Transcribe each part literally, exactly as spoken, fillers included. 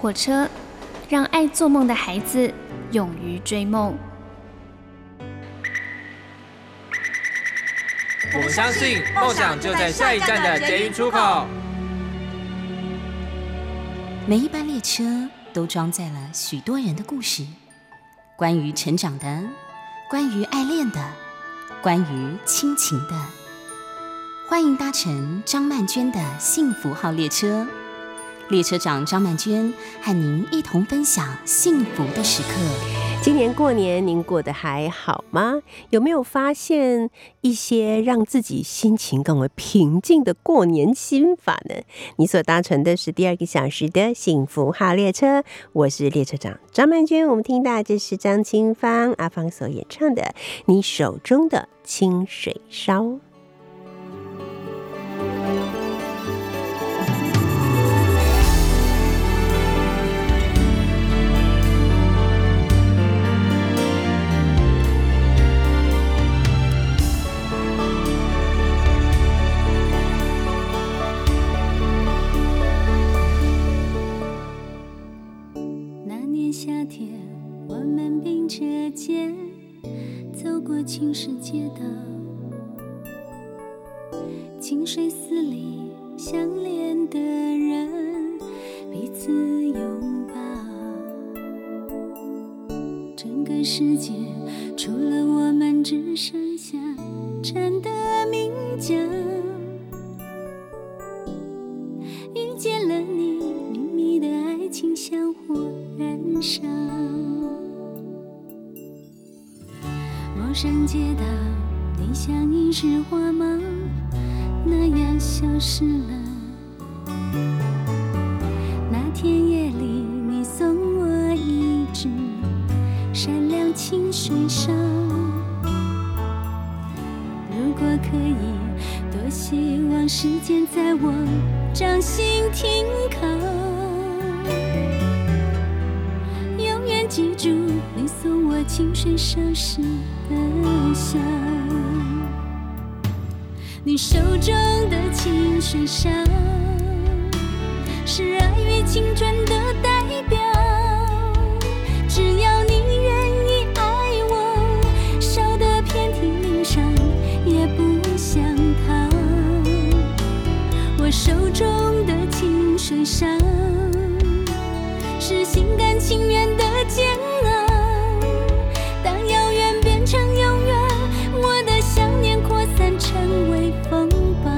火车，让爱做梦的孩子勇于追梦。 我们相信梦想就在下一站的捷运出口。 每一班列车都装载了许多人的故事，关于成长的，关于爱恋的，关于亲情的。欢迎搭乘张曼娟的幸福号列车，列车长张曼娟和您一同分享幸福的时刻。 今年过年您过得还好吗？有没有发现一些让自己心情更为平静的过年心法呢？你所搭乘的是第二个小时的幸福号列车，我是列车长张曼娟。我们听到这是张清芳阿芳所演唱的《你手中的清水烧》。 青石街道，清水寺里相恋的人彼此拥抱，整个世界除了我们只剩下站的名角，遇见了你，秘密的爱情像火燃烧，陌生街道，你像一枝花芒那样消失了。那天夜里，你送我一支闪亮清水烧。如果可以，多希望时间在我掌心停靠，永远记住你送我清水烧时的笑，你手中的清水烧，是爱与青春的代表。只要你愿意爱我，烧得遍体鳞伤也不想逃。我手中的清水烧，是心甘情愿的煎熬。成为风暴，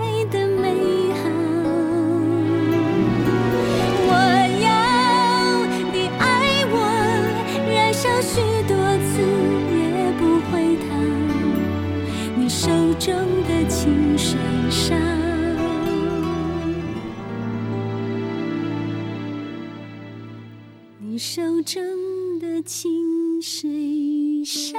我要手中的清水烧。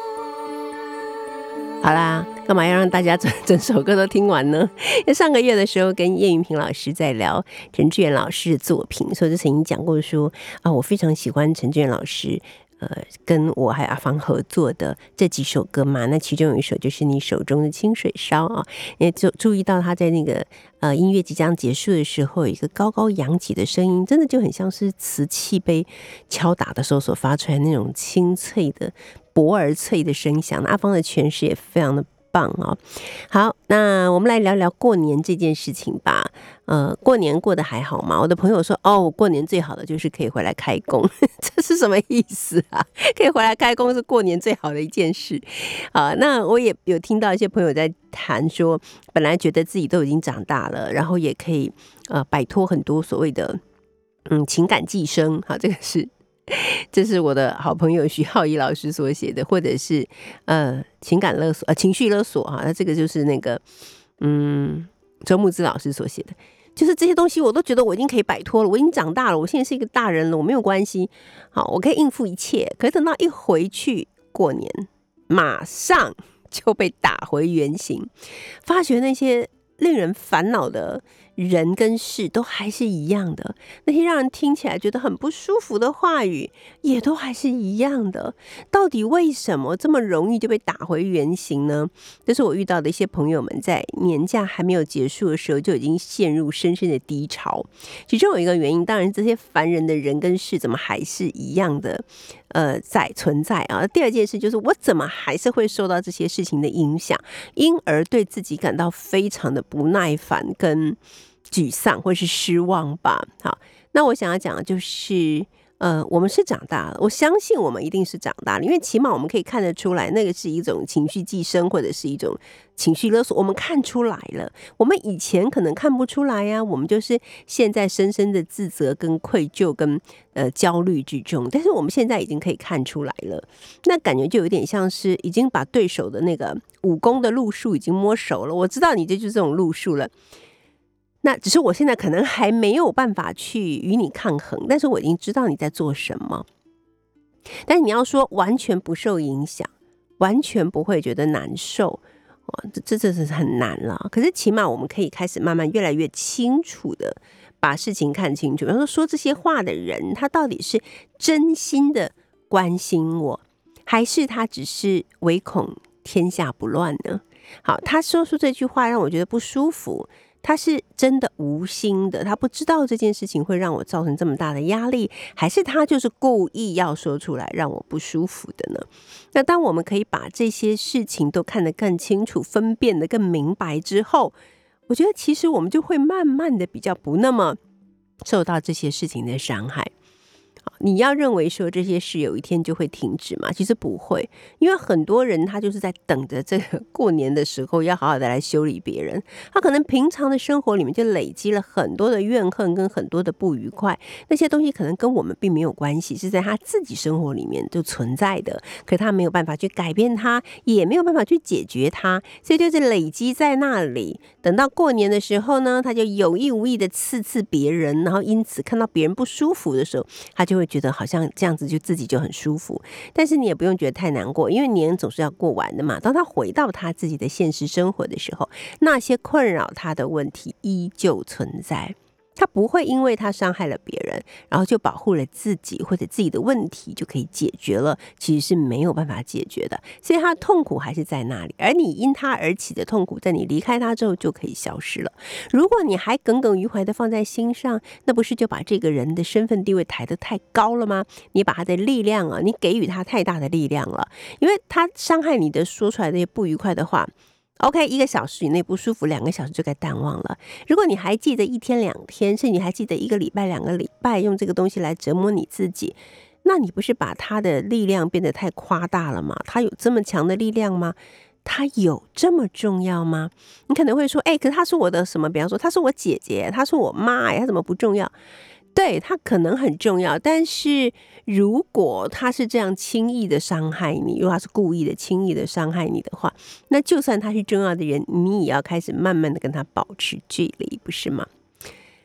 好啦，干嘛要让大家整整首歌都听完呢？因为上个月的时候跟叶云平老师在聊陈志远老师的作品，所以就曾经讲过说啊，我非常喜欢陈志远老师呃，跟我还有阿芳合作的这几首歌嘛，那其中有一首就是你手中的清水烧啊，也就注意到他在那个呃音乐即将结束的时候，有一个高高扬起的声音，真的就很像是瓷器被敲打的时候所发出来那种清脆的薄而脆的声响。那阿芳的诠释也非常的棒哦。好，那我们来聊聊过年这件事情吧。呃，过年过得还好吗？我的朋友说，哦，过年最好的就是可以回来开工，这是什么意思啊？可以回来开工是过年最好的一件事啊。那我也有听到一些朋友在谈说，本来觉得自己都已经长大了，然后也可以呃摆脱很多所谓的嗯情感寄生。好，这个是。这是我的好朋友徐浩怡老师所写的，或者是呃情感勒索、呃情绪勒索哈，那这个就是那个嗯周木之老师所写的，就是这些东西我都觉得我已经可以摆脱了，我已经长大了，我现在是一个大人了，我没有关系，好，我可以应付一切。可是等到一回去过年，马上就被打回原形，发觉那些令人烦恼的人跟事都还是一样的，那些让人听起来觉得很不舒服的话语也都还是一样的。到底为什么这么容易就被打回原形呢？这是我遇到的一些朋友们在年假还没有结束的时候就已经陷入深深的低潮。其中有一个原因，当然这些烦人的人跟事怎么还是一样的呃在存在啊。第二件事就是我怎么还是会受到这些事情的影响，因而对自己感到非常的不耐烦跟沮丧或是失望吧。好，那我想要讲的就是呃，我们是长大了，我相信我们一定是长大了，因为起码我们可以看得出来，那个是一种情绪寄生或者是一种情绪勒索，我们看出来了。我们以前可能看不出来呀、啊，我们就是现在深深的自责跟愧疚跟呃焦虑之中，但是我们现在已经可以看出来了，那感觉就有点像是已经把对手的那个武功的路数已经摸熟了，我知道你这就是这种路数了。那只是我现在可能还没有办法去与你抗衡，但是我已经知道你在做什么。但是你要说完全不受影响，完全不会觉得难受，哦、这这这是很难了。可是起码我们可以开始慢慢越来越清楚的把事情看清楚。比方说说这些话的人，他到底是真心的关心我，还是他只是唯恐天下不乱呢？好，他说出这句话让我觉得不舒服，他是真的无心的，他不知道这件事情会让我造成这么大的压力，还是他就是故意要说出来让我不舒服的呢？那当我们可以把这些事情都看得更清楚，分辨得更明白之后，我觉得其实我们就会慢慢的比较不那么受到这些事情的伤害。你要认为说这些事有一天就会停止吗？其实不会，因为很多人他就是在等着这个过年的时候要好好的来修理别人，他可能平常的生活里面就累积了很多的怨恨跟很多的不愉快，那些东西可能跟我们并没有关系，是在他自己生活里面就存在的，可他没有办法去改变它，也没有办法去解决它，所以就是累积在那里，等到过年的时候呢，他就有意无意的刺刺别人，然后因此看到别人不舒服的时候，他就会觉得好像这样子就自己就很舒服。但是你也不用觉得太难过，因为年总是要过完的嘛。当他回到他自己的现实生活的时候，那些困扰他的问题依旧存在，他不会因为他伤害了别人，然后就保护了自己，或者自己的问题就可以解决了，其实是没有办法解决的。所以他的痛苦还是在那里，而你因他而起的痛苦，在你离开他之后就可以消失了。如果你还耿耿于怀的放在心上，那不是就把这个人的身份地位抬得太高了吗？你把他的力量啊，你给予他太大的力量了，因为他伤害你的说出来的那些不愉快的话，OK， 一个小时以内不舒服，两个小时就该淡忘了。如果你还记得一天两天，甚至你还记得一个礼拜两个礼拜，用这个东西来折磨你自己，那你不是把他的力量变得太夸大了吗？他有这么强的力量吗？他有这么重要吗？你可能会说，哎、欸，可是他是我的什么？比方说，他是我姐姐，他是我妈，哎，他怎么不重要？对，他可能很重要，但是如果他是这样轻易的伤害你，如果他是故意的轻易的伤害你的话，那就算他是重要的人，你也要开始慢慢的跟他保持距离，不是吗？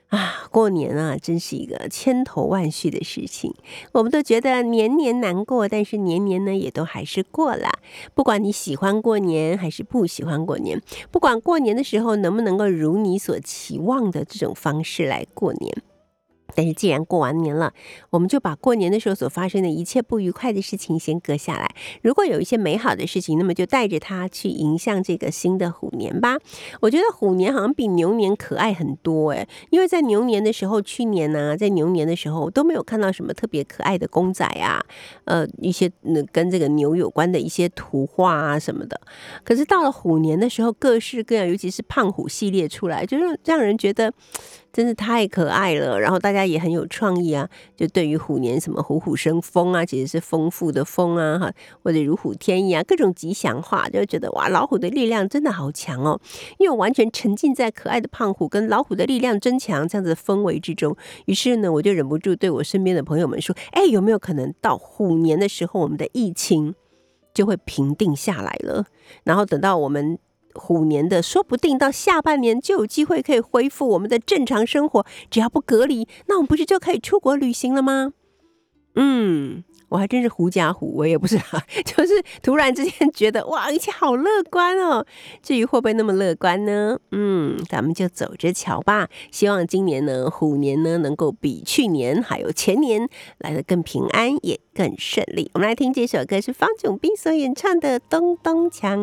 啊，过年啊，真是一个千头万绪的事情。我们都觉得年年难过，但是年年呢也都还是过了。不管你喜欢过年还是不喜欢过年，不管过年的时候能不能够如你所期望的这种方式来过年。但是既然过完年了，我们就把过年的时候所发生的一切不愉快的事情先搁下来。如果有一些美好的事情，那么就带着它去迎向这个新的虎年吧。我觉得虎年好像比牛年可爱很多诶，因为在牛年的时候，去年呢、啊，在牛年的时候都没有看到什么特别可爱的公仔啊，呃，一些、呃、跟这个牛有关的一些图画啊什么的。可是到了虎年的时候，各式各样，尤其是胖虎系列出来，就是让人觉得真是太可爱了，然后大家也很有创意啊，就对于虎年什么虎虎生风啊，其实是丰富的丰啊，哈，或者如虎添翼啊，各种吉祥话，就觉得哇，老虎的力量真的好强哦，因为我完全沉浸在可爱的胖虎跟老虎的力量真强这样子的氛围之中，于是呢，我就忍不住对我身边的朋友们说，哎，有没有可能到虎年的时候，我们的疫情就会平定下来了，然后等到我们虎年的说不定到下半年就有机会可以恢复我们的正常生活，只要不隔离，那我们不是就可以出国旅行了吗？嗯，我还真是狐假虎威，也不是啊，就是突然之间觉得哇，一切好乐观哦。至于会不会那么乐观呢？嗯，咱们就走着瞧吧。希望今年呢，虎年呢能够比去年还有前年来得更平安，也更顺利。我们来听这首歌，是方炯斌所演唱的《咚咚锵》。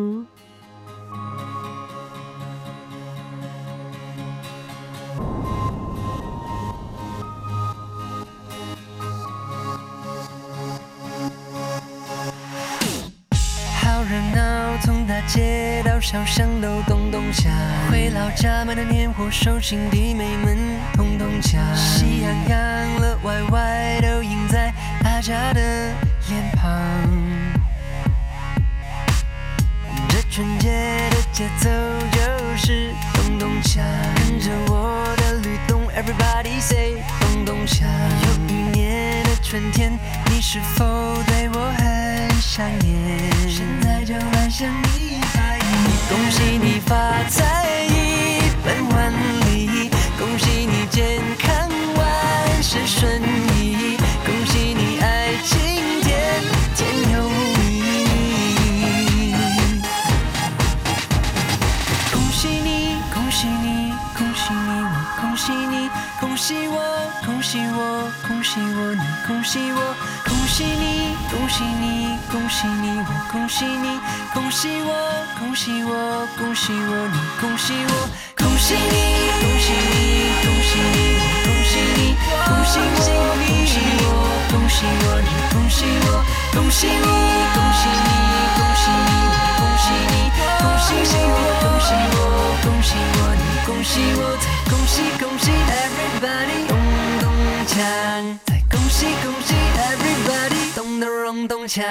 热闹，从大街到小巷都咚咚锵，回老家买的年货，手心弟妹们咚咚锵，喜洋洋乐歪歪都印在大家的脸庞。这春节的节奏就是咚咚锵，跟着我的律动 ，Everybody say 咚咚锵。又一年的春天，你是否对我很想念？现在就来向你拜年，恭喜你发财一本万利，恭喜你健康万事顺意，恭喜你爱情甜甜有蜜。恭喜你，恭喜你，恭喜你，我恭喜你，恭喜我，恭喜我，恭喜我，你恭喜我，恭喜你，恭喜你，恭喜你，我恭喜你，恭喜我，恭喜我，恭喜我，你恭喜我，恭喜你，恭喜你，恭喜你，我恭喜你，恭喜我，恭喜我，恭喜我，你恭喜我，恭喜你，恭喜你，恭喜你，我恭喜你，恭喜我，恭喜我，恭喜我，你恭喜我，再恭喜恭喜 everybody 咚咚锵，再恭喜恭喜 everybody 咚咚咚锵。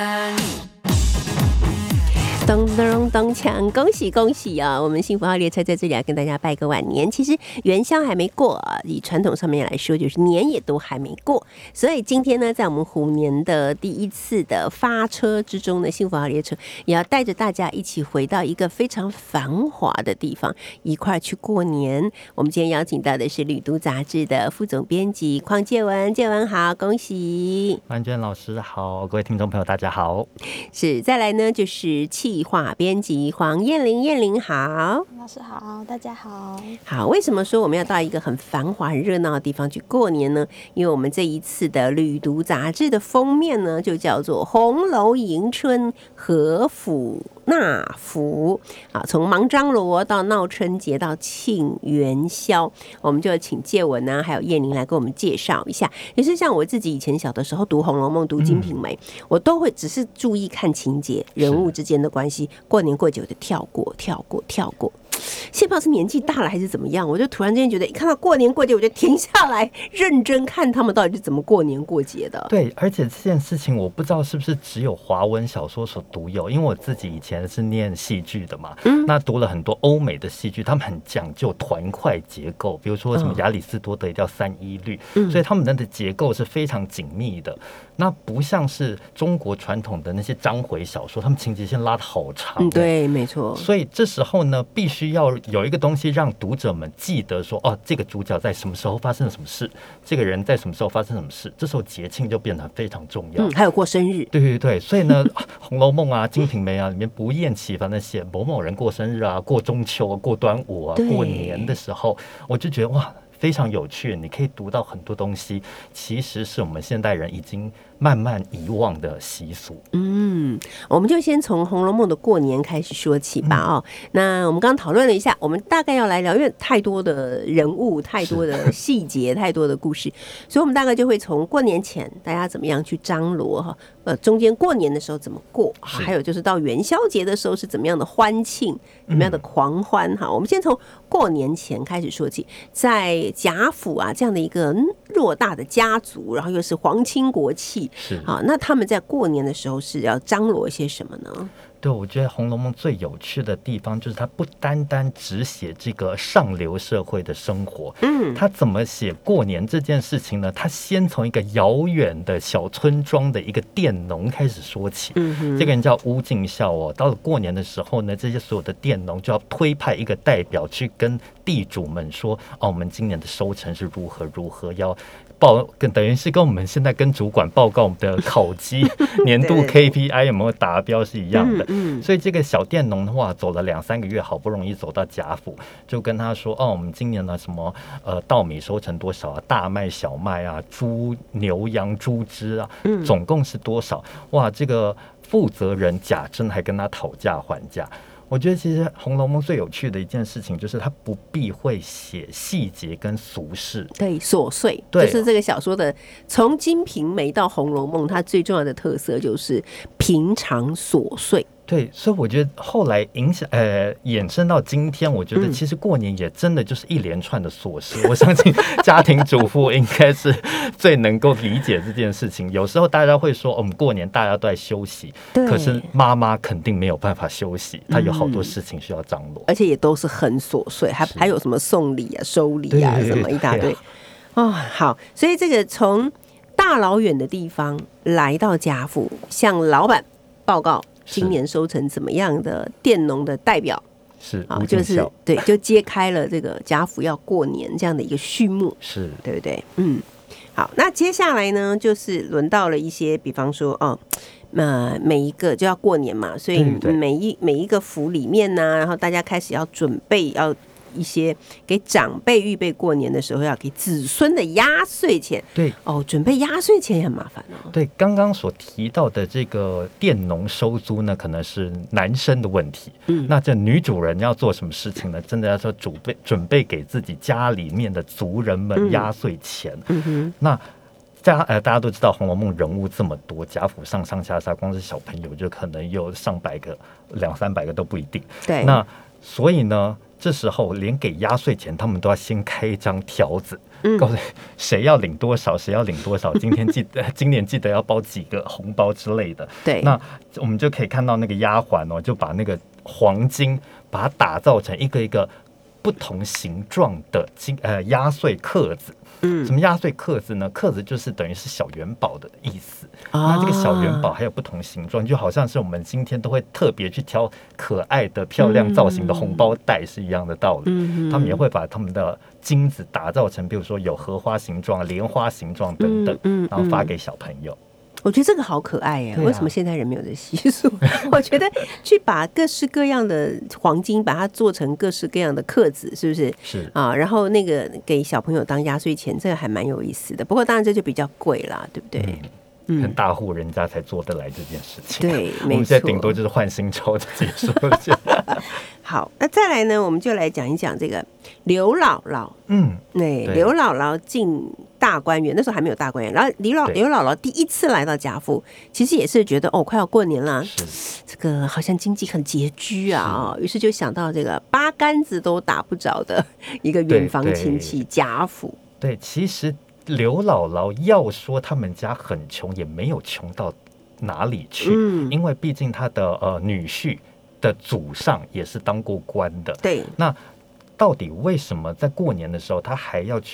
咚咚咚锵，恭喜恭喜啊！我们幸福号列车在这里要跟大家拜个晚年。其实元宵还没过啊，以传统上面来说，就是年也都还没过。所以今天呢，在我们虎年的第一次的发车之中呢，幸福号列车也要带着大家一起回到一个非常繁华的地方，一块去过年。我们今天邀请到的是《旅读》杂志的副总编辑邝介文，介文好，恭喜！ 曼娟老师好，各位听众朋友大家好。 是，再来呢就是企划编辑黄燕玲，燕玲好， 老师好，大家好。 好，为什么说我们要到一个很繁华、很热闹的地方去过年呢？因为我们这一次的《旅读》杂志的封面呢，就叫做“红楼迎春，和府纳福”啊，从忙张罗到闹春节到庆元宵，我们就请介文呢，还有燕玲来给我们介绍一下。也是像我自己以前小的时候读《红楼梦》、读《金瓶梅》，嗯，我都会只是注意看情节、人物之间的关系。过年过节我就跳过跳过跳过，现在不知道是年纪大了还是怎么样，我就突然之间觉得一看到过年过节我就停下来认真看他们到底是怎么过年过节的。 对，而且这件事情我不知道是不是只有华文小说所独有，因为我自己以前是念戏剧的嘛，嗯，那读了很多欧美的戏剧，他们很讲究团块结构，比如说什么亚里士多德一定要三一律，嗯，所以他们的结构是非常紧密的。那不像是中国传统的那些章回小说，他们情节线拉得好长， 嗯，对，没错。 所以这时候呢，必须须要有一个东西让读者们记得说，哦，这个主角在什么时候发生了什么事，这个人在什么时候发生什么事，这时候节庆就变得非常重要。 嗯，还有过生日， 对对对，所以呢，《红楼梦》啊，《金瓶梅》啊，里面不厌其烦的写某某人过生日啊，过中秋啊，过端午啊，过年的时候，我就觉得哇，非常有趣。你可以读到很多东西，其实是我们现代人已经慢慢遗忘的习俗。 嗯，我们就先从《红楼梦》的过年开始说起吧。哦，嗯、那我们刚刚讨论了一下，我们大概要来聊，因为太多的人物、太多的细节、太多的故事，所以我们大概就会从过年前大家怎么样去张罗哈，呃，中间过年的时候怎么过，还有就是到元宵节的时候是怎么样的欢庆、怎么样的狂欢哈。嗯、我们先从过年前开始说起，在贾府啊这样的一个偌大的家族，然后又是皇亲国戚。 是啊，那他们在过年的时候是要张罗一些什么呢？ 对，我觉得《红楼梦》最有趣的地方就是它不单单只写这个上流社会的生活，嗯，它怎么写过年这件事情呢？它先从一个遥远的小村庄的一个佃农开始说起，嗯哼，这个人叫乌敬孝哦。到了过年的时候呢，这些所有的佃农就要推派一个代表去跟地主们说，哦，我们今年的收成是如何如何，要报，等于是跟我们现在跟主管报告我们的考绩年度 K P I 有没有达标是一样的。嗯嗯、所以这个小佃农的话，走了两三个月，好不容易走到贾府，就跟他说：“哦，我们今年呢什么呃稻米收成多少啊，大麦、小麦啊，猪、牛、羊、猪只啊，总共是多少？”哇，这个负责人贾珍还跟他讨价还价。我觉得其实《红楼梦》最有趣的一件事情就是它不避讳写细节跟俗事， 对，琐碎，就是这个小说的从《金瓶梅》到《红楼梦》，它最重要的特色就是平常琐碎。 对，所以我觉得后来影响呃衍生到今天，我觉得其实过年也真的就是一连串的琐事。嗯、我相信家庭主妇应该是最能够理解这件事情。有时候大家会说，哦、我们过年大家都在休息，可是妈妈肯定没有办法休息，她有好多事情需要张罗， 而且也都是很琐碎，还还有什么送礼啊、收礼啊，什么一大堆。哦，好，所以这个从大老远的地方来到贾府，向老板报告今年收成怎么样的佃农的代表是啊，就是对，就揭开了这个贾府要过年这样的一个序幕， 是对不对？嗯，好，那接下来呢，就是轮到了一些，比方说哦，那每一个就要过年嘛，所以每一每一个府里面呢、啊，然后大家开始要准备要。一些给长辈预备过年的时候要给子孙的压岁钱， 对哦，准备压岁钱也很麻烦哦。 对，刚刚所提到的这个佃农收租呢，可能是男生的问题。嗯，那这女主人要做什么事情呢？真的要说准备准备给自己家里面的族人们压岁钱。嗯哼，那。大家, 呃、大家都知道《红楼梦》人物这么多，贾府上上下下，光是小朋友就可能有上百个、两三百个都不一定。 对， 那所以呢，这时候连给压岁钱，他们都要先开一张条子，嗯、告诉谁要领多少，谁要领多少，今天记得今年记得要包几个红包之类的。 对， 那我们就可以看到那个丫鬟哦，就把那个黄金把它打造成一个一个不同形状的金呃压岁克子。嗯，什么压岁克子呢？克子就是等于是小元宝的意思。啊、那这个小元宝还有不同形状，就好像是我们今天都会特别去挑可爱的、漂亮造型的红包袋是一样的道理。嗯、他们也会把他们的金子打造成，比如说有荷花形状、莲花形状等等，嗯嗯、然后发给小朋友。 我觉得这个好可爱耶、啊！为什么现代人没有这习俗？我觉得去把各式各样的黄金把它做成各式各样的克子，是不是？ 是啊，然后那个给小朋友当压岁钱，这个还蛮有意思的。不过当然这就比较贵啦，对不对？嗯嗯，很大户人家才做得来这件事情。 对， 我们现在顶多就是换新钞就结束了。 好，那再来呢，我们就来讲一讲这个刘姥姥。嗯，对，刘姥姥进大观园，那时候还没有大观园。然后刘姥刘姥姥第一次来到贾府，其实也是觉得哦，快要过年了，这个好像经济很拮据啊，于是就想到这个八竿子都打不着的一个远房亲戚贾府。 对，其实。刘姥姥要说他们家很穷，也没有穷到哪里去，嗯、因为毕竟他的呃女婿的祖上也是当过官的。 对， 那到底为什么在过年的时候他还要去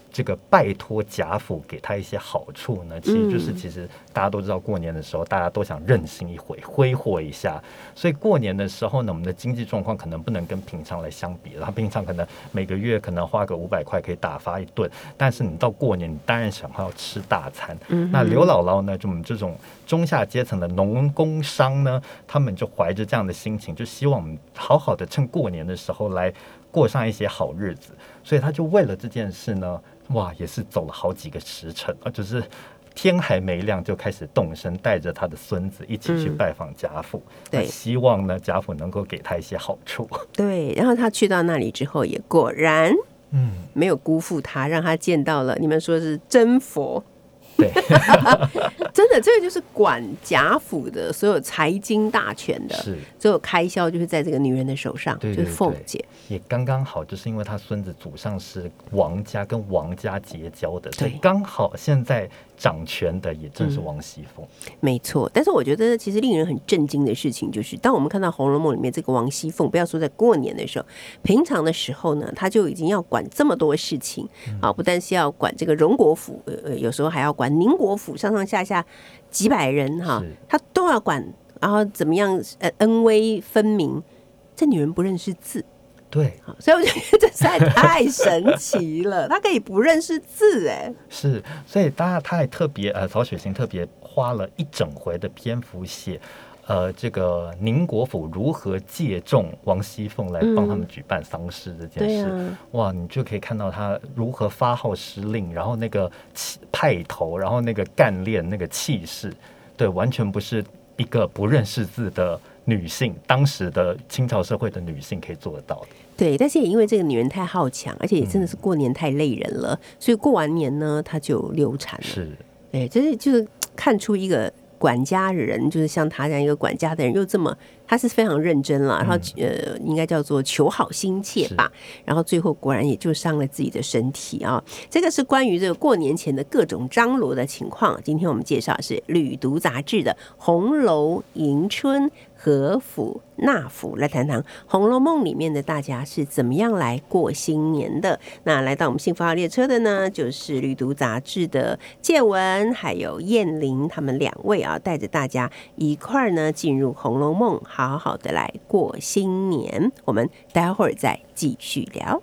这个拜托贾府给他一些好处呢？其实就是其实大家都知道过年的时候大家都想任性一回挥霍一下，所以过年的时候呢，我们的经济状况可能不能跟平常来相比，然后平常可能每个月可能花个五百块可以打发一顿，但是你到过年你当然想要吃大餐。嗯、那刘姥姥呢，就我们这种中下阶层的农工商呢，他们就怀着这样的心情，就希望我们好好的趁过年的时候来过上一些好日子，所以他就为了这件事呢，哇，也是走了好几个时辰啊，就是天还没亮就开始动身，带着他的孙子一起去拜访贾府，嗯、对，希望呢贾府能够给他一些好处。 对，然后他去到那里之后，也果然，嗯，没有辜负他，让他见到了你们说是真佛。 对， 真的，这个就是管贾府的所有财经大权的，是所有开销就是在这个女人的手上，对对对，就是凤姐。 也刚刚好，就是因为他孙子祖上是王家跟王家结交的，所以刚好现在掌权的也正是王熙凤。 嗯、没错，但是我觉得其实令人很震惊的事情就是，当我们看到《红楼梦》里面这个王熙凤，不要说在过年的时候，平常的时候呢，他就已经要管这么多事情、嗯、啊，不但是要管这个荣国府，呃，有时候还要管宁国府，上上下下几百人哈，他都要管，然后怎么样呃恩威分明。这女人不认识字， 对， 所以我觉得这实在太神奇了，她可以不认识字哎， 是，所以他他还特别呃，曹雪芹特别花了一整回的篇幅写。呃，这个宁国府如何借重王熙凤来帮他们举办丧事这件事、嗯啊、哇，你就可以看到他如何发号施令，然后那个派头，然后那个干练，那个气势，对，完全不是一个不认识字的女性，当时的清朝社会的女性可以做得到的。 对，但是也因为这个女人太好强，而且也真的是过年太累人了、嗯、所以过完年呢她就流产了。是，对，就是就是看出一个管家人，就是像他这样一个管家的人，又这么他是非常认真了，然后呃，应该叫做求好心切吧。然后最后果然也就伤了自己的身体啊。这个是关于这个过年前的各种张罗的情况。今天我们介绍的是《旅读》杂志的《红楼迎春和府纳府》，来谈谈《红楼梦》里面的大家是怎么样来过新年的。那来到我们幸福号列车的呢，就是《旅读》杂志的介文还有燕玲他们两位啊，带着大家一块儿呢进入《红楼梦》。好好的来过新年，我们待会儿再继续聊。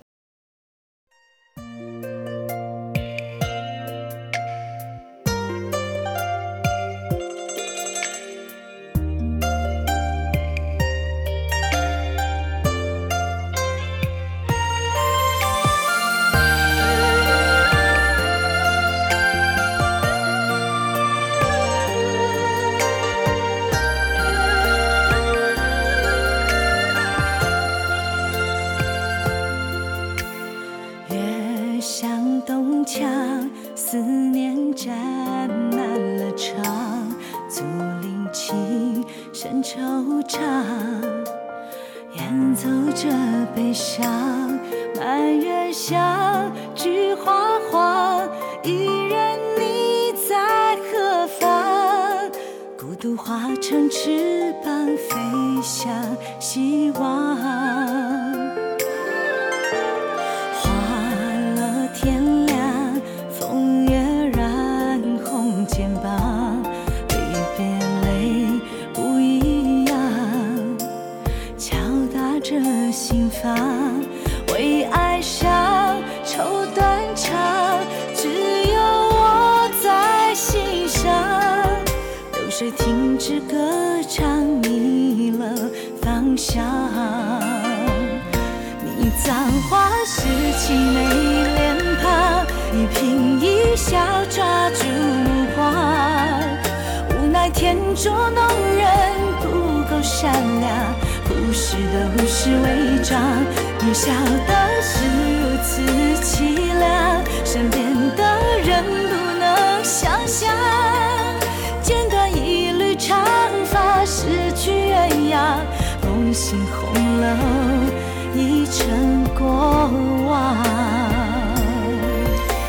思念占满了场，足领情深惆怅，演奏着悲伤，满园香，菊花黄，一人你在何方？孤独化成翅膀飞向希望。肩膀离别泪不一样，敲打着心房，为爱伤愁断肠，只有我在心上。流水停止歌唱，迷了方向。你葬花拾起美脸庞，一颦一笑抓住目光，无奈天捉弄人不够善良，忽视的忽视伪装，你笑的是如此凄凉，身边的人不能想象，剪断一缕长发，失去鸳鸯，梦醒红楼已成过往。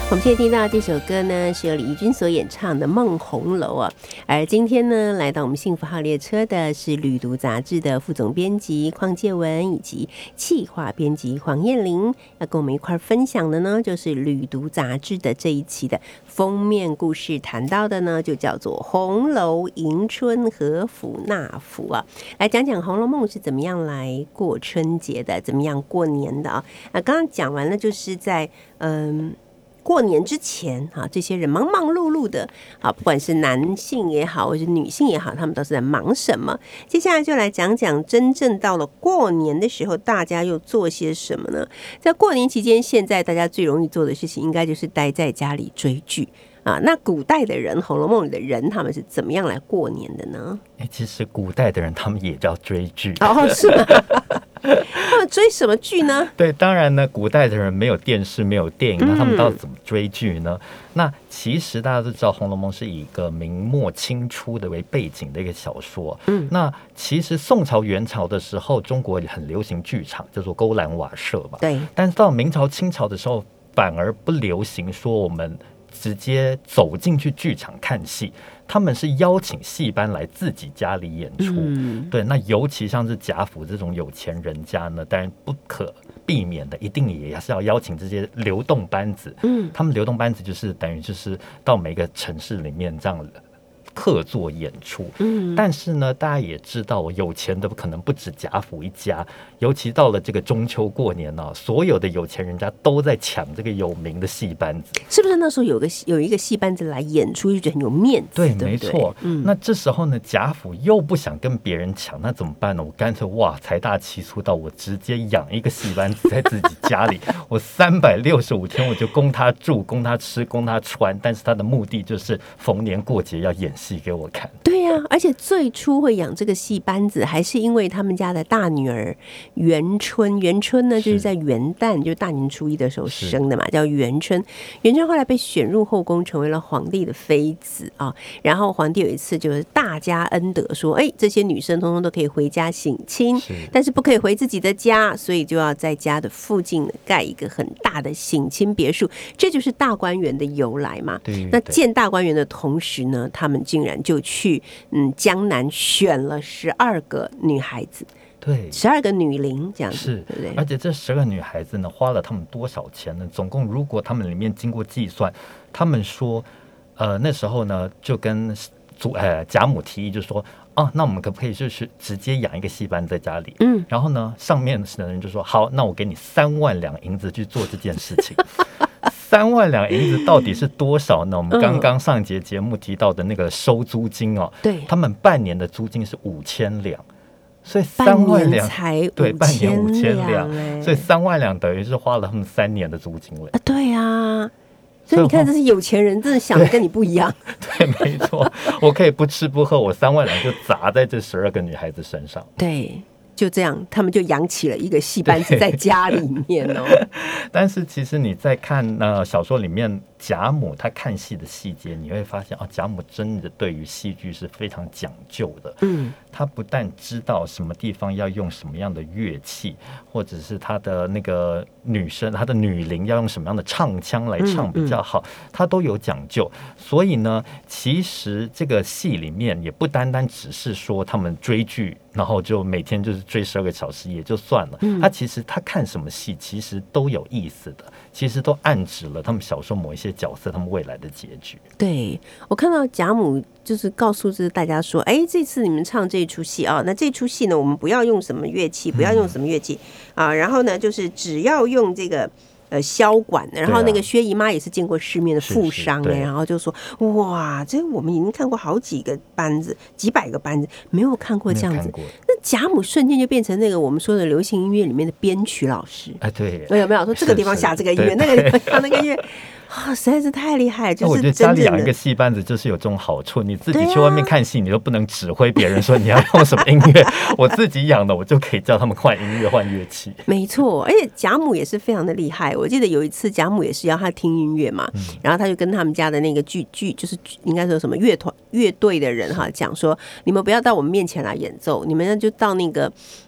我们现在听到这首歌呢，是由李翊君所演唱的《梦红楼》啊。而今天呢，来到我们幸福号列车的是旅读杂志的副总编辑邝介文以及企划编辑黄燕玲，要跟我们一块分享的呢，就是旅读杂志的这一期的封面故事，谈到的呢，就叫做《红楼迎春和府纳府》啊。来讲讲《红楼梦》是怎么样来过春节的，怎么样过年的啊？啊，刚刚讲完了，就是在嗯。过年之前啊，这些人忙忙碌碌的啊，不管是男性也好，或是女性也好，他们都是在忙什么？接下来就来讲讲真正到了过年的时候，大家又做些什么呢？在过年期间，现在大家最容易做的事情，应该就是待在家里追剧啊。那古代的人，《红楼梦》里的人，他们是怎么样来过年的呢？ 哎，其实古代的人他们也叫追剧哦，是吗？他们追什么剧呢？ 对，当然呢，古代的人没有电视，没有电影，那他们到底怎么追剧呢？嗯、那其实大家都知道，《红楼梦》是以一个明末清初的为背景的一个小说。嗯，那其实宋朝、元朝的时候，中国很流行剧场，叫做勾栏瓦舍嘛。对。但是到明朝、清朝的时候，反而不流行说我们直接走进去剧场看戏。他们是邀请戏班来自己家里演出，嗯、对，那尤其像是贾府这种有钱人家呢，当然不可避免的，一定也是要邀请这些流动班子。嗯，他们流动班子就是等于就是到每个城市里面这样客座演出。嗯，但是呢，大家也知道，有钱的可能不止贾府一家，尤其到了这个中秋过年呢、啊，所有的有钱人家都在抢这个有名的戏班子。 是不是那时候有个有一个戏班子来演出，就觉得很有面子？ 对， 对没错。嗯，那这时候呢，贾府又不想跟别人抢，那怎么办呢？我干脆哇，财大气粗到我直接养一个戏班子在自己家里，我三百六十五天我就供他住、供他吃、供他穿，但是他的目的就是逢年过节要演戏给我看。 对呀、啊，而且最初会养这个戏班子，还是因为他们家的大女儿元春。元春呢，就是在元旦，就是大年初一的时候生的嘛，叫元春。元春后来被选入后宫，成为了皇帝的妃子啊。然后皇帝有一次就是大加恩德，说：“哎，这些女生通通都可以回家省亲，但是不可以回自己的家，所以就要在家的附近盖一个很大的省亲别墅。”这就是大观园的由来嘛。那建大观园的同时呢，他们竟然就去嗯江南选了十二个女孩子。对，十二个女伶这样子，是，对不对？ 而且这十个女孩子呢，花了他们多少钱呢？总共如果他们里面经过计算，他们说，呃，那时候呢就跟祖呃贾母提议，就说，哦，那我们可不可以就是直接养一个戏班在家里？嗯，然后呢，上面的人就说，好，那我给你三万两银子去做这件事情。三万两银子到底是多少呢？我们刚刚上节节目提到的那个收租金哦，对，他们半年的租金是五千两。所以三万两才对，半年五千两，所以三万两等于是花了他们三年的租金了。 啊，对啊，所以你看，这是有钱人真的想的跟你不一样。 对，对没错，我可以不吃不喝，我三万两就砸在这十二个女孩子身上。 对。就这样，他们就养起了一个戏班子在家里面哦。 但是其实你在看呃小说里面贾母她看戏的细节，你会发现啊，贾母真的对于戏剧是非常讲究的。嗯，她不但知道什么地方要用什么样的乐器，或者是她的那个女生、她的女伶要用什么样的唱腔来唱比较好，她、嗯嗯、都有讲究。所以呢，其实这个戏里面也不单单只是说他们追剧，然后就每天就是追十二个小时也就算了。嗯，他其实他看什么戏其实都有意思的，其实都暗指了他们小说某一些角色他们未来的结局。 对，我看到贾母就是告诉就是大家说，哎，这次你们唱这一出戏啊，那这出戏呢，我们不要用什么乐器，不要用什么乐器、嗯、啊，然后呢，就是只要用这个。呃，箫管，然后那个薛姨妈也是见过世面的富商哎、欸，然后就说哇，这我们已经看过好几个班子，几百个班子，没有看过这样子。那贾母瞬间就变成那个我们说的流行音乐里面的编曲老师， 哎，对， 有没有说这个地方下这个音乐，那个地方下那个音乐？啊、哦，实在是太厉害了！就是我觉得家里养一个戏班子就是有这种好处，你自己去外面看戏，你都不能指挥别人说你要用什么音乐。我自己养的，我就可以叫他们换音乐、换乐器。 没错，而且贾母也是非常的厉害。我记得有一次贾母也是要他听音乐嘛，嗯、然后他就跟他们家的那个剧剧，就是应该说什么乐团乐队的人哈讲说，你们不要到我们面前来演奏，你们就到那个。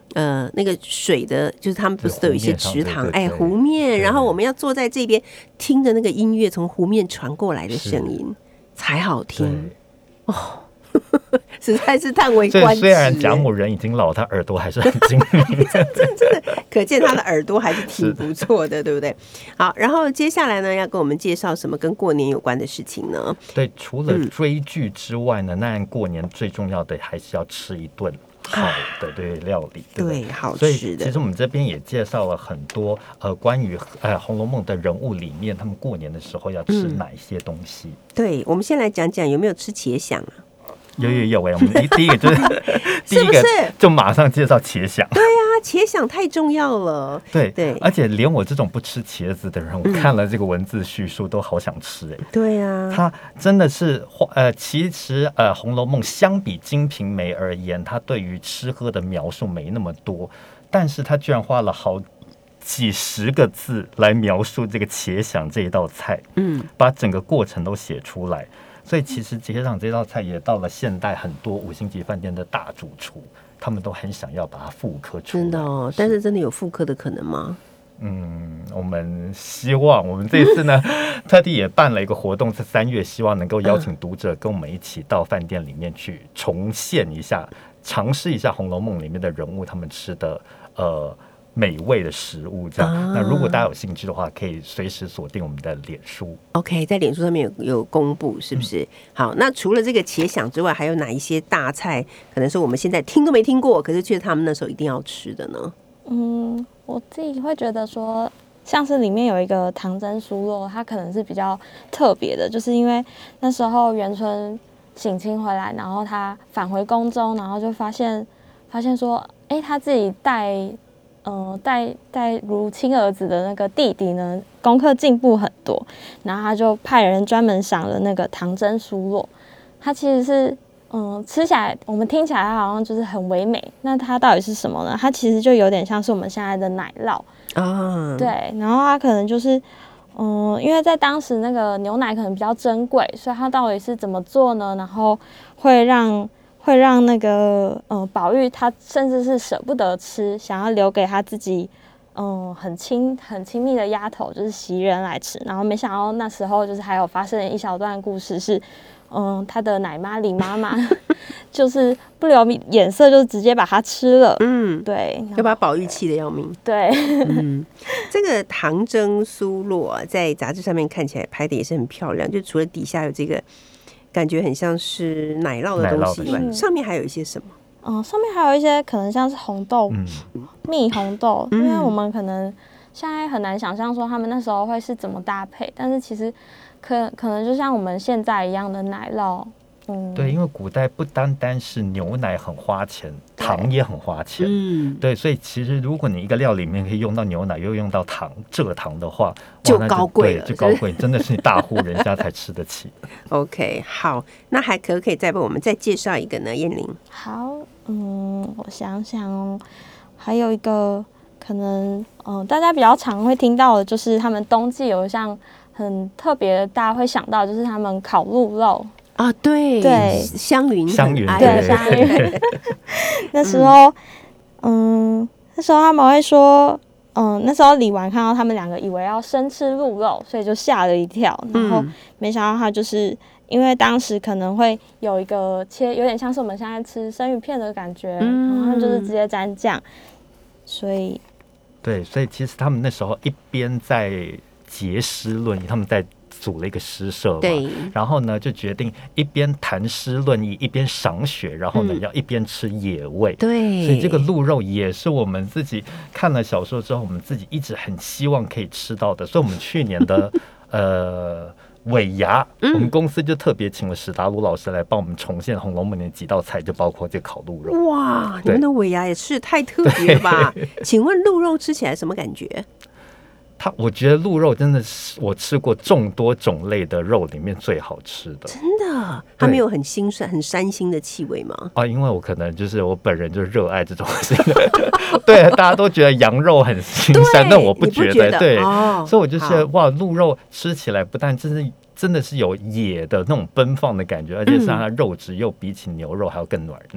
呃那个水的，就是他们不是都有一些池塘， 对对对哎，湖面，然后我们要坐在这边听着那个音乐从湖面传过来的声音才好听哦。实在是叹为观止。 虽然贾母人已经老，他耳朵还是很精明， 真真真的可见他的耳朵还是挺不错的，对不对？好，然后接下来呢，要跟我们介绍什么跟过年有关的事情呢？ 对，除了追剧之外呢，那、嗯、过年最重要的还是要吃一顿好的对料理，对, 对, 对好吃的。 所以其实我们这边也介绍了很多呃关于呃《红楼梦》的人物里面，他们过年的时候要吃哪一些东西。 嗯、对，我们先来讲讲有没有吃茄鲞啊？ 有有有哎、欸，我们第一个就是第一个就马上介绍茄鲞。 对啊，茄鲞太重要了。 对对， 而且连我这种不吃茄子的人，我看了这个文字叙述都好想吃哎、欸。 对啊， 它真的是呃，其实呃，《红楼梦》相比《金瓶梅》而言，它对于吃喝的描述没那么多，但是它居然花了好几十个字来描述这个茄鲞这一道菜，嗯，把整个过程都写出来。所以其实茄鲞这道菜也到了现代很多五星级饭店的大主厨，他们都很想要把它复刻出来。 真的哦，但是真的有复刻的可能吗？ 嗯，我们希望我们这次呢，特地也办了一个活动，在三月，希望能够邀请读者跟我们一起到饭店里面去重现一下，尝试一下《红楼梦》里面的人物他们吃的呃。美味的食物这样、啊、那如果大家有兴趣的话，可以随时锁定我们的脸书 OK， 在脸书上面有有公布是不是、嗯、好，那除了这个茄鲞之外，还有哪一些大菜可能是我们现在听都没听过，可是却他们那时候一定要吃的呢？ 嗯，我自己会觉得说像是里面有一个唐珍酥肉，它可能是比较特别的，就是因为那时候元春省亲回来，然后他返回宫中，然后就发现发现说哎、欸，他自己带呃，带带如亲儿子的那个弟弟呢，功课进步很多，然后他就派人专门赏了那个唐珍酥肉。它其实是，嗯、呃，吃起来我们听起来它好像就是很唯美，那它到底是什么呢？它其实就有点像是我们现在的奶酪啊，对，然后它可能就是，嗯、呃，因为在当时那个牛奶可能比较珍贵，所以它到底是怎么做呢？然后会让。会让那个呃宝玉他甚至是舍不得吃，想要留给他自己嗯、呃、很亲很亲密的丫头，就是袭人来吃。然后没想到那时候就是还有发生一小段故事是，嗯、呃、他的奶妈李妈妈就是不留眼色，就直接把它吃了。嗯，对， 要把宝玉气得要命。 对， 嗯，这个唐珍酥肉啊，在杂志上面看起来拍的也是很漂亮，就除了底下有这个。感觉很像是奶酪的东西以外，上面还有一些什么？ 嗯，上面还有一些可能像是红豆、嗯、蜜红豆，因为我们可能现在很难想象说他们那时候会是怎么搭配，但是其实可可能就像我们现在一样的奶酪。嗯， 对，因为古代不单单是牛奶很花钱，糖也很花钱。嗯，对，所以其实如果你一个料里面可以用到牛奶，又用到糖蔗糖的话， 就高贵了， 就高贵，真的是大户人家才吃得起。 OK， 好，那还可不可以再帮我们再介绍一个呢？燕玲。 好，嗯，我想想哦，还有一个可能，嗯、呃，大家比较常会听到的，就是他们冬季有一项很特别的，大家会想到就是他们烤鹿肉。 啊，对对， 湘云， 湘云， 对湘云。那时候，嗯，那时候他们会说，嗯，那时候李纨看到他们两个，以为要生吃鹿肉，所以就吓了一跳。然后没想到他就是因为当时可能会有一个切，有点像是我们现在吃生鱼片的感觉，嗯、然后就是直接沾酱，所以对，所以其实他们那时候一边在结诗论议，他们在。组了一个诗社嘛，对，然后呢就决定一边谈诗论艺，一边赏雪，然后呢、嗯、要一边吃野味， 对， 所以这个鹿肉也是我们自己看了小说之后，我们自己一直很希望可以吃到的，所以我们去年的呃尾牙、嗯，我们公司就特别请了史达卢老师来帮我们重现《红楼梦》的几道菜，就包括这烤鹿肉。 哇，你们的尾牙也是太特别了吧？请问鹿肉吃起来什么感觉？ 它，我觉得鹿肉真的是我吃过众多种类的肉里面最好吃的。 真的，它没有很腥酸、很膻腥的气味吗？ 啊，因为我可能就是我本人就热爱这种对，大家都觉得羊肉很腥膻，但我不觉得。觉得对、哦，所以我就觉得哇，鹿肉吃起来不但真是真的是有野的那种奔放的感觉，而且是它的肉质又比起牛肉还要更软嫩。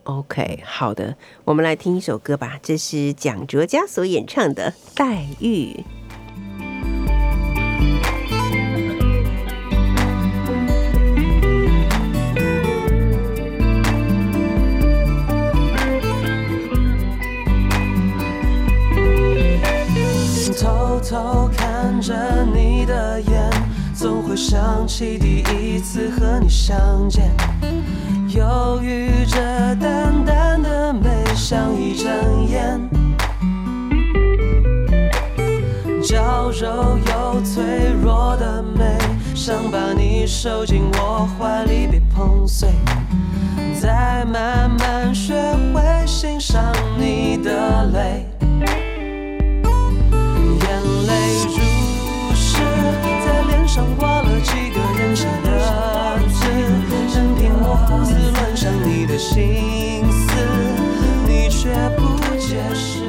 OK， 好的，我们来听一首歌吧，这是蒋卓佳所演唱的《黛玉》。 偷偷看着你的眼，总会想起第一次和你相见，犹豫着淡淡的美像一阵烟，娇柔又脆弱的美，想把你收进我怀里别碰碎，再慢慢学会欣赏你的泪，眼泪如诗，在脸上挂了几个人写的字，任凭我胡思乱想你的心思，你却不解释。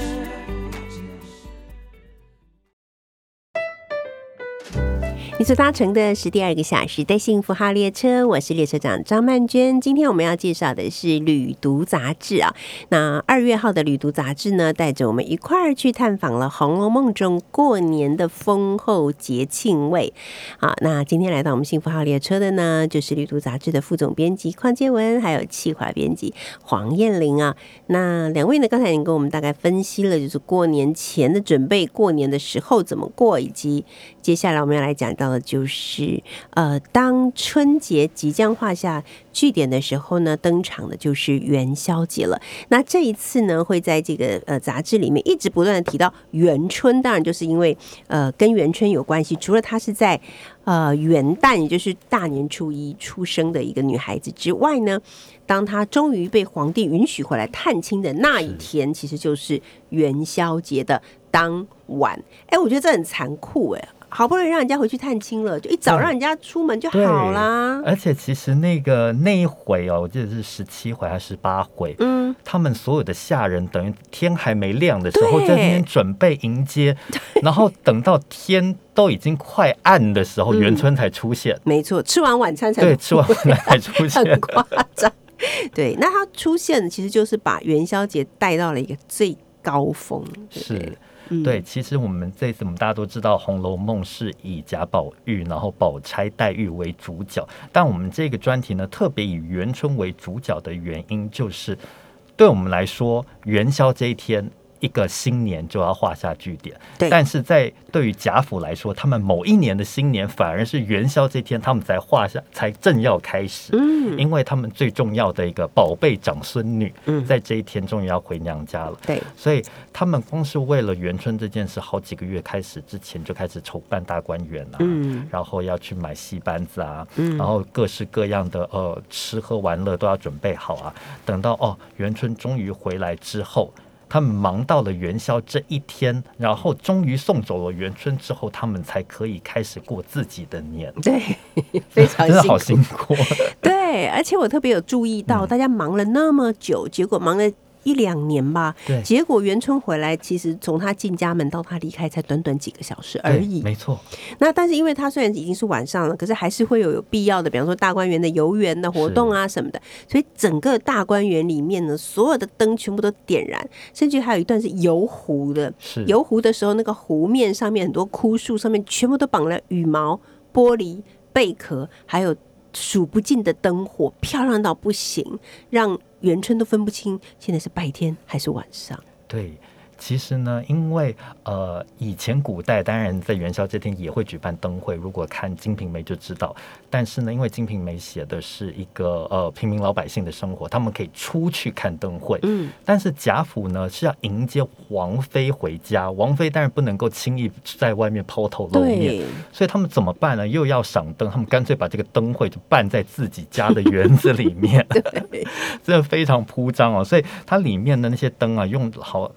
你所搭乘的是第二个小时的幸福号列车，我是列车长张曼娟。今天我们要介绍的是旅读杂志啊。那二月号的旅读杂志呢，带着我们一块儿去探访了《红楼梦》中过年的丰厚节庆味。好，那今天来到我们幸福号列车的呢，就是旅读杂志的副总编辑邝介文，还有企划编辑黄燕玲啊。那两位呢，刚才已经跟我们大概分析了，就是过年前的准备，过年的时候怎么过，以及接下来我们要来讲到的就是呃，当春节即将画下句点的时候呢，登场的就是元宵节了。那这一次呢，会在这个呃杂志里面一直不断的提到元春，当然就是因为呃跟元春有关系。除了她是在呃元旦，也就是大年初一出生的一个女孩子之外呢，当她终于被皇帝允许回来探亲的那一天，其实就是元宵节的当晚。哎，我觉得这很残酷哎。好不容易让人家回去探亲了，就一早让人家出门就好啦。 而且其实那个那一回哦，我记得是十七回还是十八回，嗯，他们所有的下人等于天还没亮的时候在那边准备迎接，然后等到天都已经快暗的时候，元春才出现。 嗯、没错，吃完晚餐才对，吃完晚餐才出现， 很夸张。对，那他出现其实就是把元宵节带到了一个最高峰，对不对？ 是。对，其实我们这次我们大家都知道，《红楼梦》是以贾宝玉然后宝钗、黛玉为主角，但我们这个专题呢，特别以元春为主角的原因，就是对我们来说，元宵这一天，一个新年就要画下句点。但是在对于贾府来说，他们某一年的新年反而是元宵这天，他们才画下，才正要开始。嗯，因为他们最重要的一个宝贝长孙女，嗯，在这一天终于要回娘家了。 对， 所以他们光是为了元春这件事，好几个月开始之前就开始筹办大观园啊，嗯，然后要去买戏班子啊，嗯，然后各式各样的呃吃喝玩乐都要准备好啊。等到哦元春终于回来之后，他们忙到了元宵这一天，然后终于送走了元春之后，他们才可以开始过自己的年。 对，非常辛苦， 真的好辛苦。 对，而且我特别有注意到，大家忙了那么久，结果忙了一两年吧， 对， 结果元春回来，其实从他进家门到他离开才短短几个小时而已， 没错。 那但是因为他虽然已经是晚上了，可是还是会有有必要的，比方说大观园的游园的活动啊什么的，所以整个大观园里面呢，所有的灯全部都点燃，甚至还有一段是游湖的，游湖的时候，那个湖面上面很多枯树上面全部都绑了羽毛、玻璃、贝壳，还有数不尽的灯火，漂亮到不行，让元春都分不清现在是白天还是晚上。 对，其实呢，因为呃，以前古代当然在元宵这天也会举办灯会，如果看《金瓶梅》就知道。但是呢，因为《金瓶梅》写的是一个呃平民老百姓的生活，他们可以出去看灯会。嗯，但是贾府呢是要迎接王妃回家，王妃当然不能够轻易在外面抛头露面，所以他们怎么办呢？又要赏灯，他们干脆把这个灯会就办在自己家的园子里面，真的非常铺张哦。所以它里面的那些灯啊，用好里面。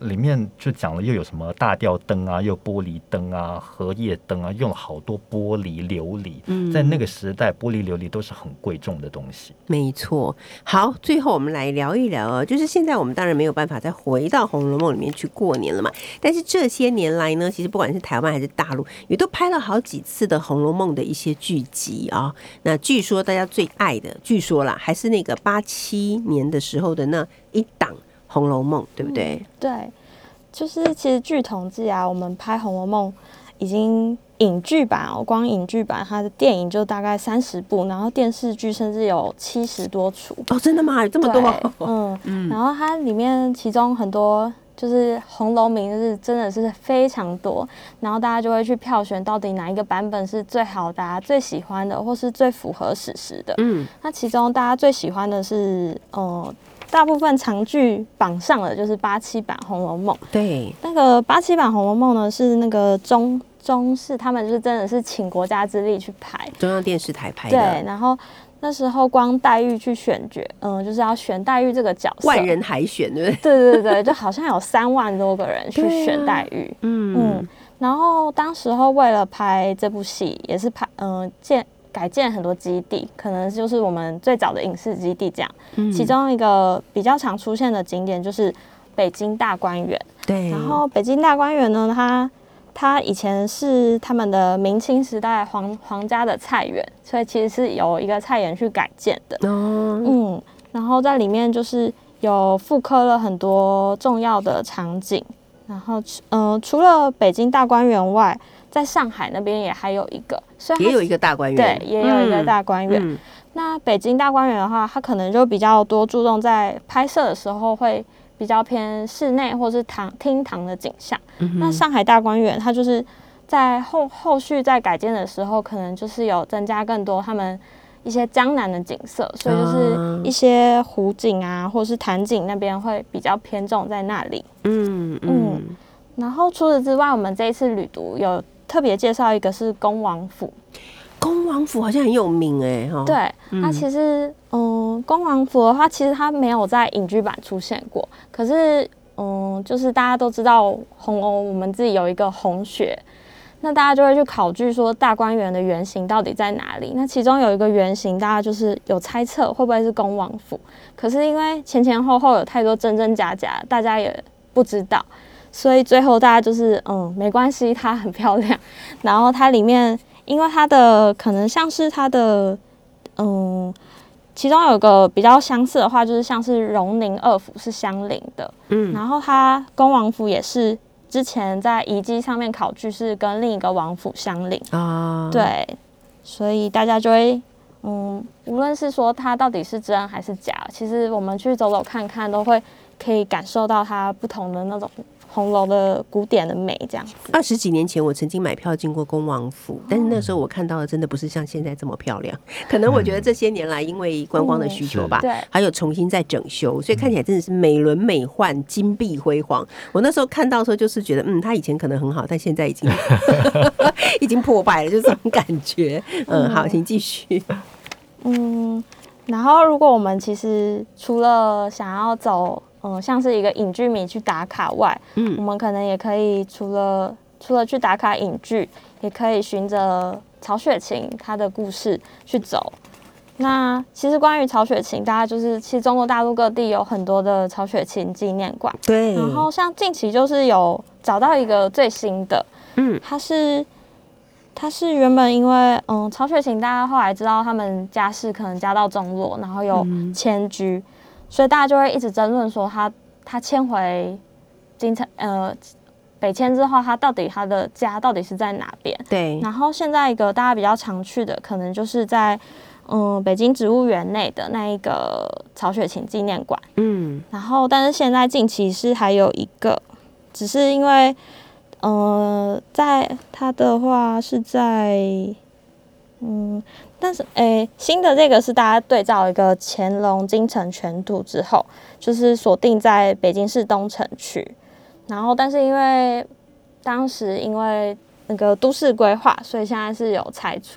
就讲了，又有什么大吊灯啊，又玻璃灯啊，荷叶灯啊，用了好多玻璃琉璃。嗯，在那个时代，玻璃琉璃都是很贵重的东西。 没错。好，最后我们来聊一聊，就是现在我们当然没有办法再回到《红楼梦》里面去过年了嘛，但是这些年来呢，其实不管是台湾还是大陆，也都拍了好几次的《红楼梦》的一些剧集啊。那据说大家最爱的，据说啦，还是那个八七年的时候的那一档《红楼梦》，对不对？ 嗯、对，就是其实据统计啊，我们拍《红楼梦》已经影剧版哦，光影剧版它的电影就大概三十部，然后电视剧甚至有七十多出。 哦，真的吗？有这么多？ 嗯嗯。然后它里面其中很多就是红楼名是真的是非常多，然后大家就会去票选到底哪一个版本是最好的、啊、最喜欢的，或是最符合史实的。嗯，那其中大家最喜欢的是，呃，大部分常剧榜上的就是八七版《红楼梦》。 对， 那个八七版《红楼梦》呢，是那个中中视他们就是真的是请国家之力去拍， 中央电视台拍的。 对，然后那时候光黛玉去选角，嗯，就是要选黛玉这个角色， 万人海选，对不对？ 对对对，就好像有三万多个人去选黛玉。啊、嗯嗯，然后当时候为了拍这部戏，也是拍嗯、呃、建改建很多基地，可能就是我们最早的影视基地这样。嗯、其中一个比较常出现的景点就是北京大观园。 对， 然后北京大观园呢，它它以前是他们的明清时代皇皇家的菜园，所以其实是由一个菜园去改建的。哦，嗯，然后在里面就是有复刻了很多重要的场景。然后，嗯、呃，除了北京大观园外，在上海那边也还有一个，所以也有一个大观园， 对，也有一个大观园。嗯、那北京大观园的话，它可能就比较多注重在拍摄的时候会比较偏室内或是堂厅堂的景象。嗯、那上海大观园，它就是在后后续在改建的时候，可能就是有增加更多他们一些江南的景色，所以就是一些湖景啊，或是潭景那边会比较偏重在那里。嗯嗯。嗯然后除此之外，我们这一次旅读有特别介绍一个是恭王府。 恭王府好像很有名哎、欸， 对，嗯、它其实，嗯，恭王府的话，其实它没有在影剧版出现过，可是，嗯，就是大家都知道红楼，我们自己有一个红学，那大家就会去考据说大观园的原型到底在哪里。那其中有一个原型，大家就是有猜测会不会是恭王府，可是因为前前后后有太多真真假假，大家也不知道。所以最后大家就是嗯没关系，它很漂亮。然后它里面，因为它的可能像是它的嗯，其中有个比较相似的话，就是像是荣宁二府是相邻的，嗯，然后它恭王府也是之前在遗迹上面考据是跟另一个王府相邻啊，对，所以大家就会嗯，无论是说它到底是真还是假，其实我们去走走看看，都会可以感受到它不同的那种红楼的古典的美，这样子。 二十几年前，我曾经买票进过恭王府，但是那时候我看到的真的不是像现在这么漂亮。可能我觉得这些年来，因为观光的需求吧，嗯、还有重新再整修，所以看起来真的是美轮美奂、金碧辉煌。我那时候看到的时候，就是觉得，嗯，它以前可能很好，但现在已经已经破败了，就这种感觉。嗯，好，请继续。 嗯，然后如果我们其实除了想要走。嗯，像是一个影剧迷去打卡外，嗯，我们可能也可以除了除了去打卡影剧，也可以循着曹雪芹他的故事去走。那其实关于曹雪芹，大家就是其实中国大陆各地有很多的曹雪芹纪念馆， 对。 然后像近期就是有找到一个最新的，嗯，它是它是原本因为嗯曹雪芹大家后来知道他们家世可能家道中落，然后有迁居。嗯所以大家就会一直争论说他他迁回京城呃北迁之后，他到底他的家到底是在哪边？ 对。 然后现在一个大家比较常去的，可能就是在嗯北京植物园内的那一个曹雪芹纪念馆。嗯。然后，但是现在近期是还有一个，只是因为呃在他的话是在嗯。但是，诶，新的这个是大家对照一个乾隆京城全图之后，就是锁定在北京市东城区。然后，但是因为当时因为那个都市规划，所以现在是有拆除。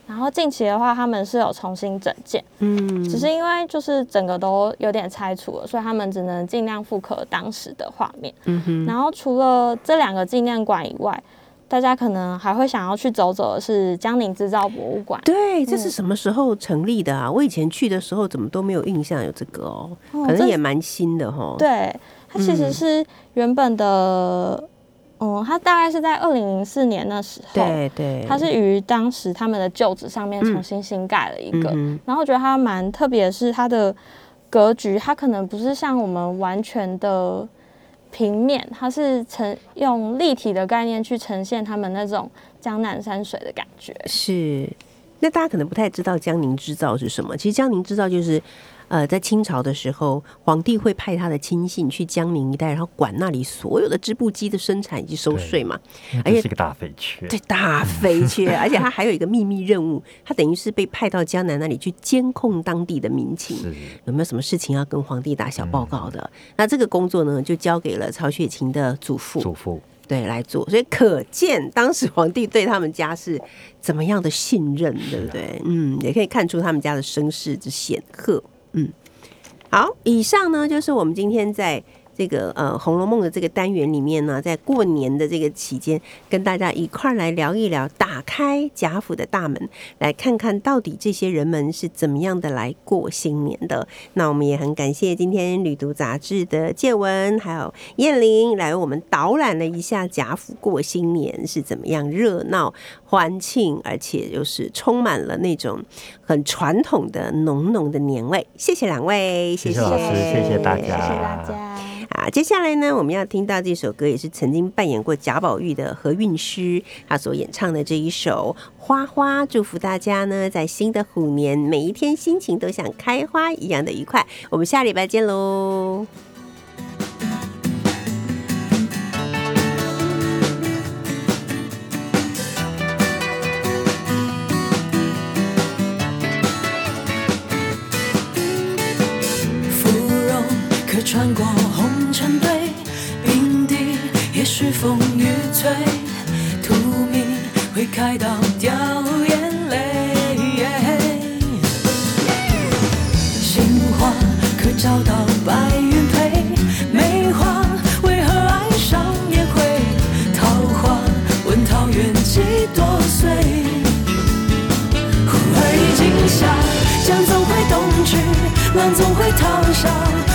然后近期的话，他们是有重新整建，嗯，只是因为就是整个都有点拆除了，所以他们只能尽量复刻当时的画面。嗯哼。然后除了这两个纪念馆以外，大家可能还会想要去走走的是江宁织造博物馆。 对，这是什么时候成立的啊？嗯、我以前去的时候怎么都没有印象有这个哦，哦可能也蛮新的哈。 对，它其实是原本的。嗯，它大概是在二零零四年那时候， 对对， 它是于当时他们的旧址上面重新新盖了一个，嗯、然后我觉得它蛮特别的是它的格局，它可能不是像我们完全的平面，它是呈用立体的概念去呈现他们那种江南山水的感觉。 是，那大家可能不太知道江宁织造是什么，其实江宁织造就是。呃，在清朝的时候，皇帝会派他的亲信去江宁一带，然后管那里所有的织布机的生产以及收税嘛。 而且是个大肥缺， 对，大肥缺，而且他还有一个秘密任务，他等于是被派到江南那里去监控当地的民情，有没有什么事情要跟皇帝打小报告的。嗯、那这个工作呢，就交给了曹雪芹的祖父。 祖父。 对，来做，所以可见当时皇帝对他们家是怎么样的信任，对不对？嗯，也可以看出他们家的声势之显赫。嗯，好，以上呢就是我们今天在这个呃《红楼梦》的这个单元里面呢，在过年的这个期间，跟大家一块来聊一聊，打开贾府的大门，来看看到底这些人们是怎么样的来过新年的。那我们也很感谢今天旅读杂志的建文还有燕玲来为我们导览了一下贾府过新年是怎么样热闹欢庆，而且又是充满了那种很传统的浓浓的年味。谢谢两位， 谢谢老师，谢谢大家， 谢谢大家。 啊，接下来呢，我们要听到这首歌，也是曾经扮演过贾宝玉的何韵诗，她所演唱的这一首《花花》，祝福大家呢，在新的虎年，每一天心情都像开花一样的愉快。我们下礼拜见喽。 穿过红尘堆，冰滴也许风雨催，荼蘼会开到掉眼泪。杏花可找到白云配，梅花为何爱上烟灰？桃花问桃源几多岁？忽而已经夏，江总会东去，浪总会淘沙。